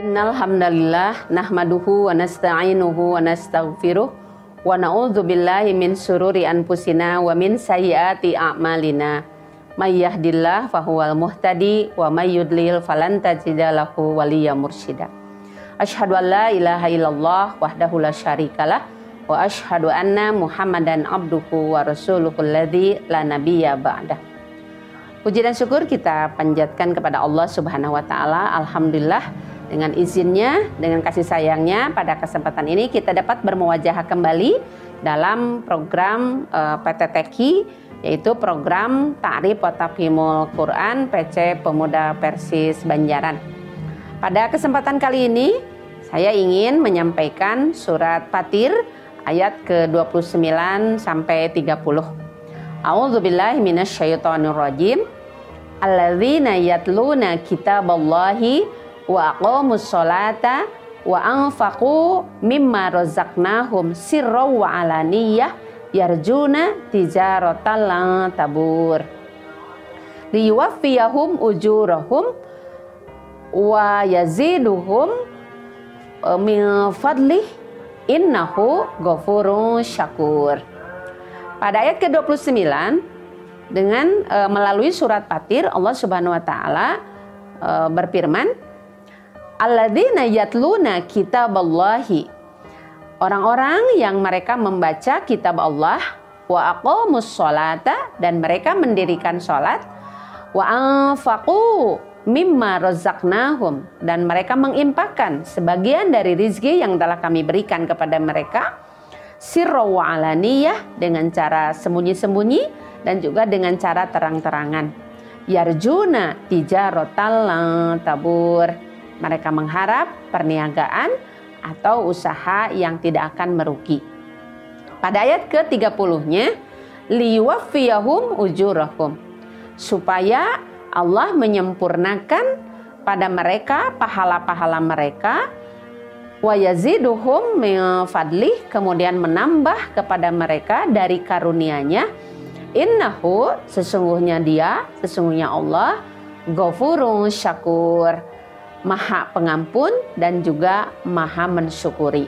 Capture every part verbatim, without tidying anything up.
Innal hamdalillah nahmaduhu wa nasta'inuhu wa nastaghfiruh wa na'udzu billahi min syururi anfusina wa min sayyiati a'malina. May yahdihillahu fahuwal muhtadi wa may yudlil falan tajida lahu waliyyan mursyida. Asyhadu an la ilaha illallah wahdahu la syarikalah wa asyhadu anna Muhammadan abduhu wa rasuluhul ladzi la nabiyya ba'dah. Puji dan syukur kita panjatkan kepada Allah Subhanahu wa taala. Alhamdulillah, dengan izinnya, dengan kasih sayangnya, pada kesempatan ini kita dapat bermuwajahah kembali dalam program uh, P T T Q I, yaitu program Ta'rif wa Tafhimul Quran P C Pemuda Persis Banjaran. Pada kesempatan kali ini, saya ingin menyampaikan surat Fatir ayat ke dua puluh sembilan sampai tiga puluh. A'udzubillahi minasyaitonirrajim. Alladzina yatluna kitaballahi wa aqamus sholata wa anfaqu mimma razaqnahum sirran wa alaniyah yarjuna tijaratan lan tabur liyuwaffiyahum ujurahum wa yaziduhum min fadlih innahu ghafurun syakur. Pada ayat ke dua puluh sembilan, dengan e, melalui surat Fatir, Allah Subhanahu wa taala e, berfirman, alladzina yatluna kitaballahi, orang-orang yang mereka membaca kitab Allah, wa aqamus sholata, dan mereka mendirikan sholat, wa anfaqu mimma razaqnahum, dan mereka menginfakkan sebagian dari rizki yang telah kami berikan kepada mereka, sirra wa alaniyah, dengan cara sembunyi-sembunyi dan juga dengan cara terang-terangan, yarjuna tijaratan lan tabur, mereka mengharap perniagaan atau usaha yang tidak akan merugi. Pada ayat ke tiga puluh-nya, liwaffiyahum ujurahum, supaya Allah menyempurnakan pada mereka pahala-pahala mereka, wa yaziduhum min fadlih, kemudian menambah kepada mereka dari karunia-Nya, innahu, sesungguhnya Dia, sesungguhnya Allah, ghafurun syakur, Maha pengampun dan juga Maha mensyukuri.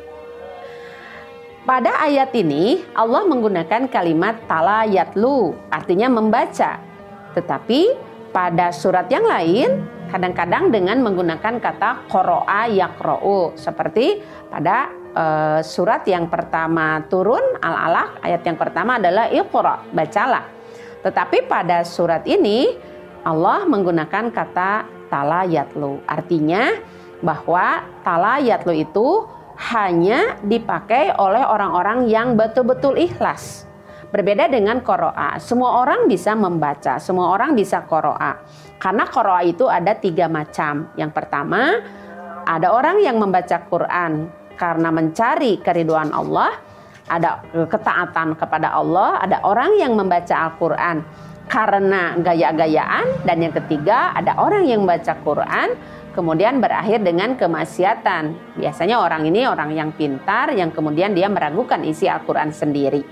Pada ayat ini Allah menggunakan kalimat tala yatlu, artinya membaca. Tetapi pada surat yang lain kadang-kadang dengan menggunakan kata qoro'a yaqro'u, seperti pada uh, surat yang pertama turun Al-Alaq, ayat yang pertama adalah iqra, bacalah. Tetapi pada surat ini Allah menggunakan kata tala yatlu, artinya bahwa tala yatlu itu hanya dipakai oleh orang-orang yang betul-betul ikhlas. Berbeda dengan qoro'a, semua orang bisa membaca, semua orang bisa qoro'a. Karena qoro'a itu ada tiga macam. Yang pertama, ada orang yang membaca Quran karena mencari keridhaan Allah, ada ketaatan kepada Allah. Ada orang yang membaca Al-Quran karena gaya-gayaan, dan yang ketiga ada orang yang membaca Quran kemudian berakhir dengan kemaksiatan. Biasanya orang ini orang yang pintar yang kemudian dia meragukan isi Al-Quran sendiri.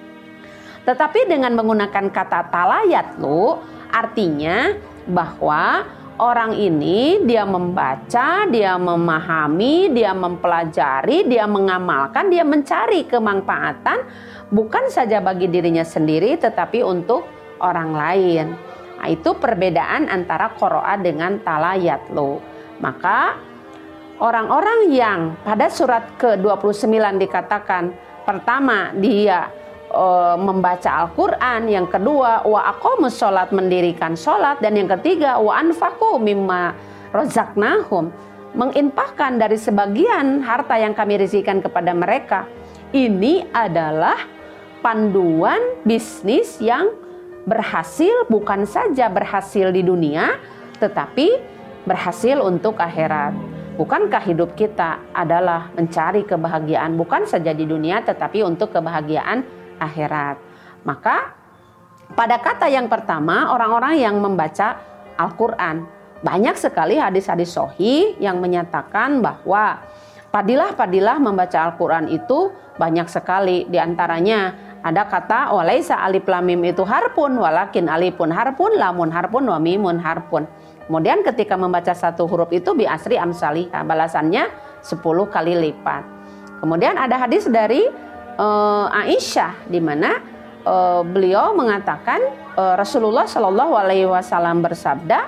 Tetapi dengan menggunakan kata talayatlu, artinya bahwa orang ini dia membaca, dia memahami, dia mempelajari, dia mengamalkan, dia mencari kemanfaatan bukan saja bagi dirinya sendiri tetapi untuk orang lain. Nah, itu perbedaan antara qoro'a dengan talayatlu. Maka orang-orang yang pada surat ke dua puluh sembilan dikatakan pertama dia e, membaca Al-Quran, yang kedua wa aqamus sholat, mendirikan sholat, dan yang ketiga wa anfaqu mimma razaqnahum, menginfakkan dari sebagian harta yang kami rizkikan kepada mereka. Ini adalah panduan bisnis yang berhasil, bukan saja berhasil di dunia tetapi berhasil untuk akhirat. Bukankah hidup kita adalah mencari kebahagiaan bukan saja di dunia tetapi untuk kebahagiaan akhirat? Maka pada kata yang pertama, orang-orang yang membaca Al-Quran, banyak sekali hadis-hadis sahih yang menyatakan bahwa fadilah-fadilah membaca Al-Quran itu banyak sekali. Di antaranya Ada kata walaisa alif lam mim itu harpun, walakin alifun harpun, lamun harpun, wa mimun harpun. Kemudian ketika membaca satu huruf itu bi asri amsalihah, balasannya sepuluh kali lipat. Kemudian ada hadis dari uh, Aisyah di mana uh, beliau mengatakan uh, Rasulullah Shallallahu alaihi wasallam bersabda,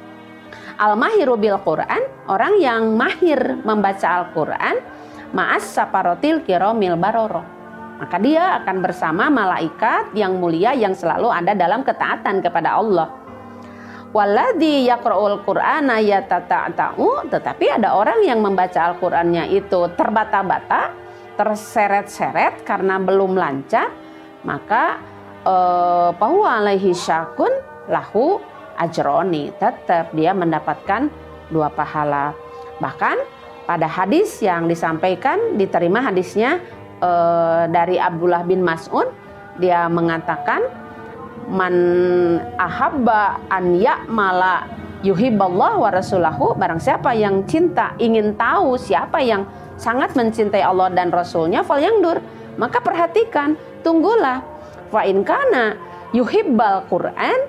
al-mahiru bil Quran, orang yang mahir membaca Al-Quran, ma'as saparotil kiromil baroro, maka dia akan bersama malaikat yang mulia yang selalu ada dalam ketaatan kepada Allah. Walladzi yaqra'ul Qur'ana yatata'u, tetapi ada orang yang membaca Al-Qur'annya itu terbata-bata, terseret-seret karena belum lancar, maka eh, fahuwa alaihi syakun lahu ajroni, tetap dia mendapatkan dua pahala. Bahkan pada hadis yang disampaikan, diterima hadisnya Uh, dari Abdullah bin Mas'ud, dia mengatakan man ahabba an ya'mala yuhibballah wa rasulahu, barang siapa yang cinta ingin tahu siapa yang sangat mencintai Allah dan Rasulnya, falyangdur, maka perhatikan, tunggulah, fa in kana yuhibbal Quran,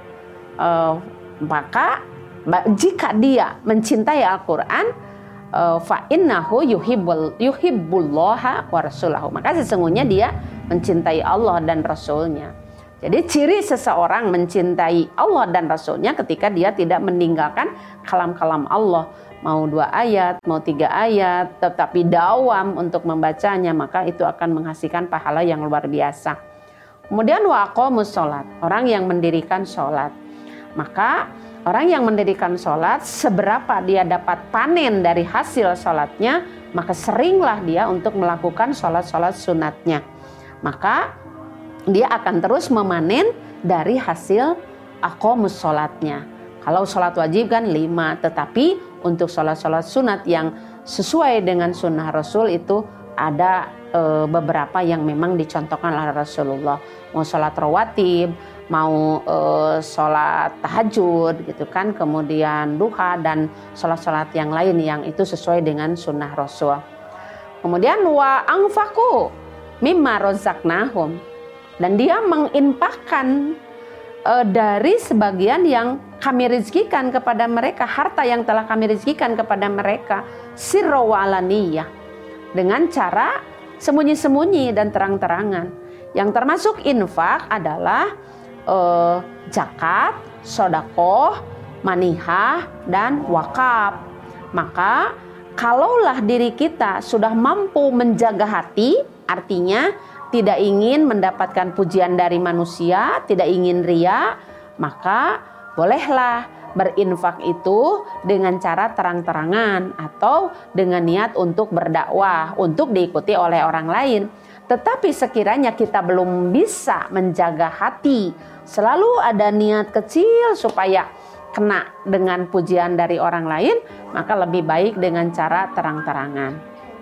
uh, maka jika dia mencintai Al-Quran, fa innahu yuhibbul yuhibbullaha wa rasulahu, maka sesungguhnya dia mencintai Allah dan Rasulnya. Jadi ciri seseorang mencintai Allah dan Rasulnya ketika dia tidak meninggalkan kalam-kalam Allah, mau dua ayat, mau tiga ayat, tetapi dawam untuk membacanya, maka itu akan menghasilkan pahala yang luar biasa. Kemudian wa aqamus sholat, orang yang mendirikan sholat, maka orang yang mendirikan sholat, seberapa dia dapat panen dari hasil sholatnya, maka seringlah dia untuk melakukan sholat-sholat sunatnya. Maka dia akan terus memanen dari hasil aqamus sholatnya. Kalau sholat wajib kan lima, tetapi untuk sholat-sholat sunat yang sesuai dengan sunnah Rasul itu ada e, beberapa yang memang dicontohkan oleh Rasulullah. Mau sholat rawatib, mau e, sholat tahajud gitu kan, kemudian duha dan sholat-sholat yang lain yang itu sesuai dengan sunnah Rasul. Kemudian wa anfaqu mimma razaqnahum, dan dia menginfakkan e, dari sebagian yang kami rizkikan kepada mereka, harta yang telah kami rizkikan kepada mereka, sirra wa alaniyah, dengan cara sembunyi-sembunyi dan terang-terangan. Yang termasuk infak adalah eh, zakat, sodakoh, manihah, dan wakaf. Maka kalaulah diri kita sudah mampu menjaga hati, artinya tidak ingin mendapatkan pujian dari manusia, tidak ingin ria, maka bolehlah berinfak itu dengan cara terang-terangan atau dengan niat untuk berdakwah, untuk diikuti oleh orang lain. Tetapi sekiranya kita belum bisa menjaga hati, selalu ada niat kecil supaya kena dengan pujian dari orang lain, maka lebih baik dengan cara terang-terangan.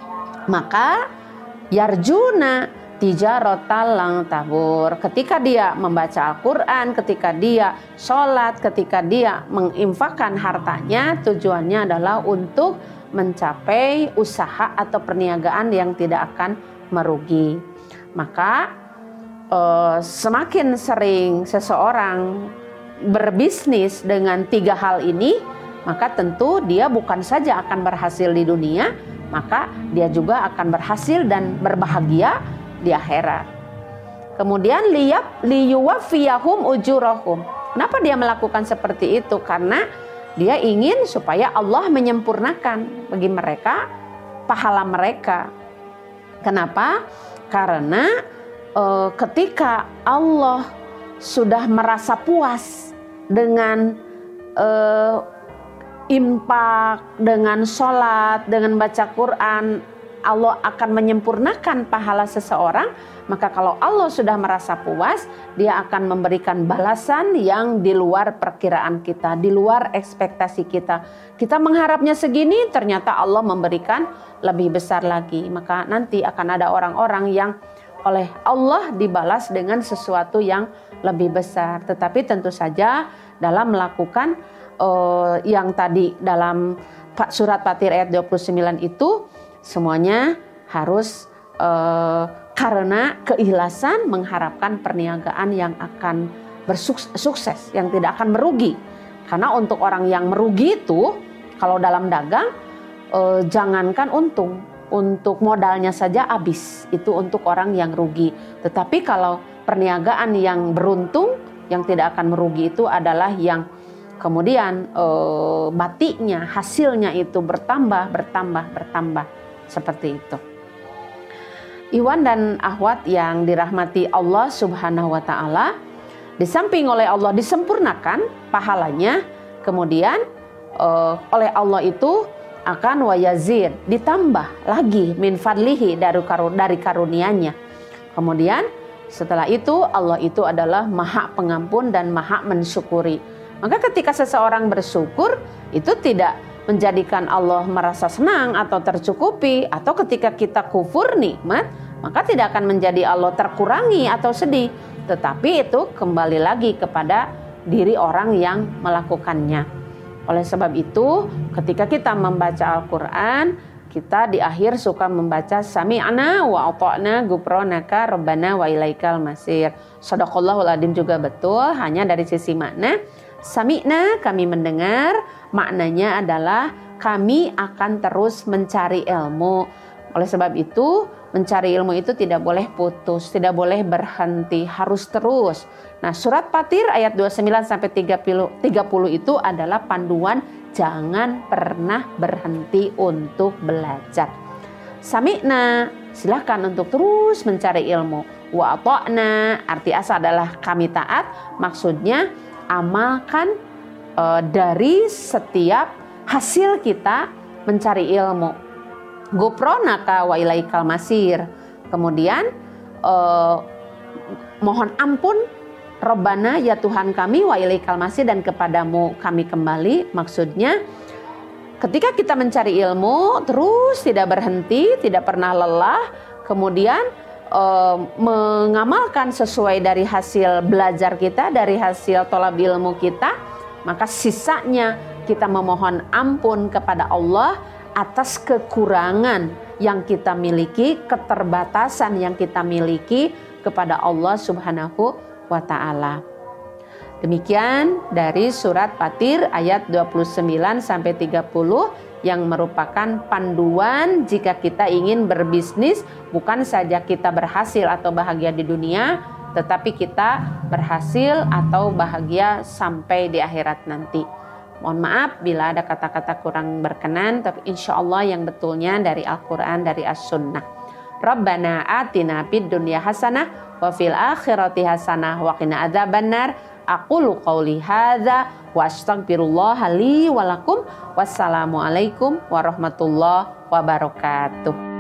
Maka yarjuna tijarotal lang tabur, ketika dia membaca Al-Quran, ketika dia sholat, ketika dia menginfakkan hartanya, tujuannya adalah untuk mencapai usaha atau perniagaan yang tidak akan merugi. Maka eh, semakin sering seseorang berbisnis dengan tiga hal ini, maka tentu dia bukan saja akan berhasil di dunia, maka dia juga akan berhasil dan berbahagia di akhirat. Kemudian liyab liyuwafiyahum ujurahum. Kenapa dia melakukan seperti itu? Karena dia ingin supaya Allah menyempurnakan bagi mereka pahala mereka. Kenapa? Karena e, ketika Allah sudah merasa puas dengan e, infak, dengan sholat, dengan baca Quran, Allah akan menyempurnakan pahala seseorang. Maka kalau Allah sudah merasa puas, dia akan memberikan balasan yang di luar perkiraan kita, di luar ekspektasi kita. Kita mengharapnya segini, ternyata Allah memberikan lebih besar lagi. Maka nanti akan ada orang-orang yang oleh Allah dibalas dengan sesuatu yang lebih besar. Tetapi tentu saja dalam melakukan uh, yang tadi dalam surat Fatir ayat dua puluh sembilan itu, semuanya harus uh, karena keikhlasan mengharapkan perniagaan yang akan bersukses, yang tidak akan merugi. Karena untuk orang yang merugi itu, kalau dalam dagang, eh, jangankan untung, untuk modalnya saja habis. Itu untuk orang yang rugi. Tetapi kalau perniagaan yang beruntung, yang tidak akan merugi itu adalah yang kemudian eh, batiknya, hasilnya itu bertambah, bertambah, bertambah. Seperti itu. Iwan dan akhwat yang dirahmati Allah Subhanahu wa Ta'ala, di samping oleh Allah disempurnakan pahalanya, kemudian uh, oleh Allah itu akan wayazid, ditambah lagi min fadlihi dari, karun, dari karunianya. Kemudian setelah itu Allah itu adalah maha pengampun dan maha mensyukuri. Maka ketika seseorang bersyukur itu tidak menjadikan Allah merasa senang atau tercukupi, atau ketika kita kufur nikmat maka tidak akan menjadi Allah terkurangi atau sedih, tetapi itu kembali lagi kepada diri orang yang melakukannya. Oleh sebab itu, ketika kita membaca Al-Quran, kita di akhir suka membaca sami'na wa ata'na ghufranaka rabbana wa ilaikal masir. Shadaqallahul adzim juga betul, hanya dari sisi makna. Sami'na, kami mendengar, maknanya adalah kami akan terus mencari ilmu. Oleh sebab itu, mencari ilmu itu tidak boleh putus, tidak boleh berhenti, harus terus. Nah, surat Fatir ayat dua puluh sembilan sampai tiga puluh itu adalah panduan jangan pernah berhenti untuk belajar. Sami'na, silahkan untuk terus mencari ilmu. Wa ata'na, arti asal adalah kami taat, maksudnya amalkan e, dari setiap hasil kita mencari ilmu. Ghufranaka wa ilaikal masir. Kemudian eh, mohon ampun Rabbana, ya Tuhan kami, wa ilaikal masir, dan kepadamu kami kembali. Maksudnya ketika kita mencari ilmu terus tidak berhenti, tidak pernah lelah, kemudian eh, mengamalkan sesuai dari hasil belajar kita, dari hasil tolab ilmu kita, maka sisanya kita memohon ampun kepada Allah atas kekurangan yang kita miliki, keterbatasan yang kita miliki kepada Allah Subhanahu wa Ta'ala. Demikian dari surat Fatir ayat dua puluh sembilan sampai tiga puluh yang merupakan panduan jika kita ingin berbisnis, bukan saja kita berhasil atau bahagia di dunia, tetapi kita berhasil atau bahagia sampai di akhirat nanti. Mohon maaf bila ada kata-kata kurang berkenan, tapi insya Allah yang betulnya dari Al-Quran, dari As-Sunnah. Rabbana atina fid dunya hasanah wa fil akhirati hasanah wa qina adzabannar. Aqulu qauli hadza wa astaghfirullah li wa lakum. Wassalamualaikum warahmatullahi wabarakatuh.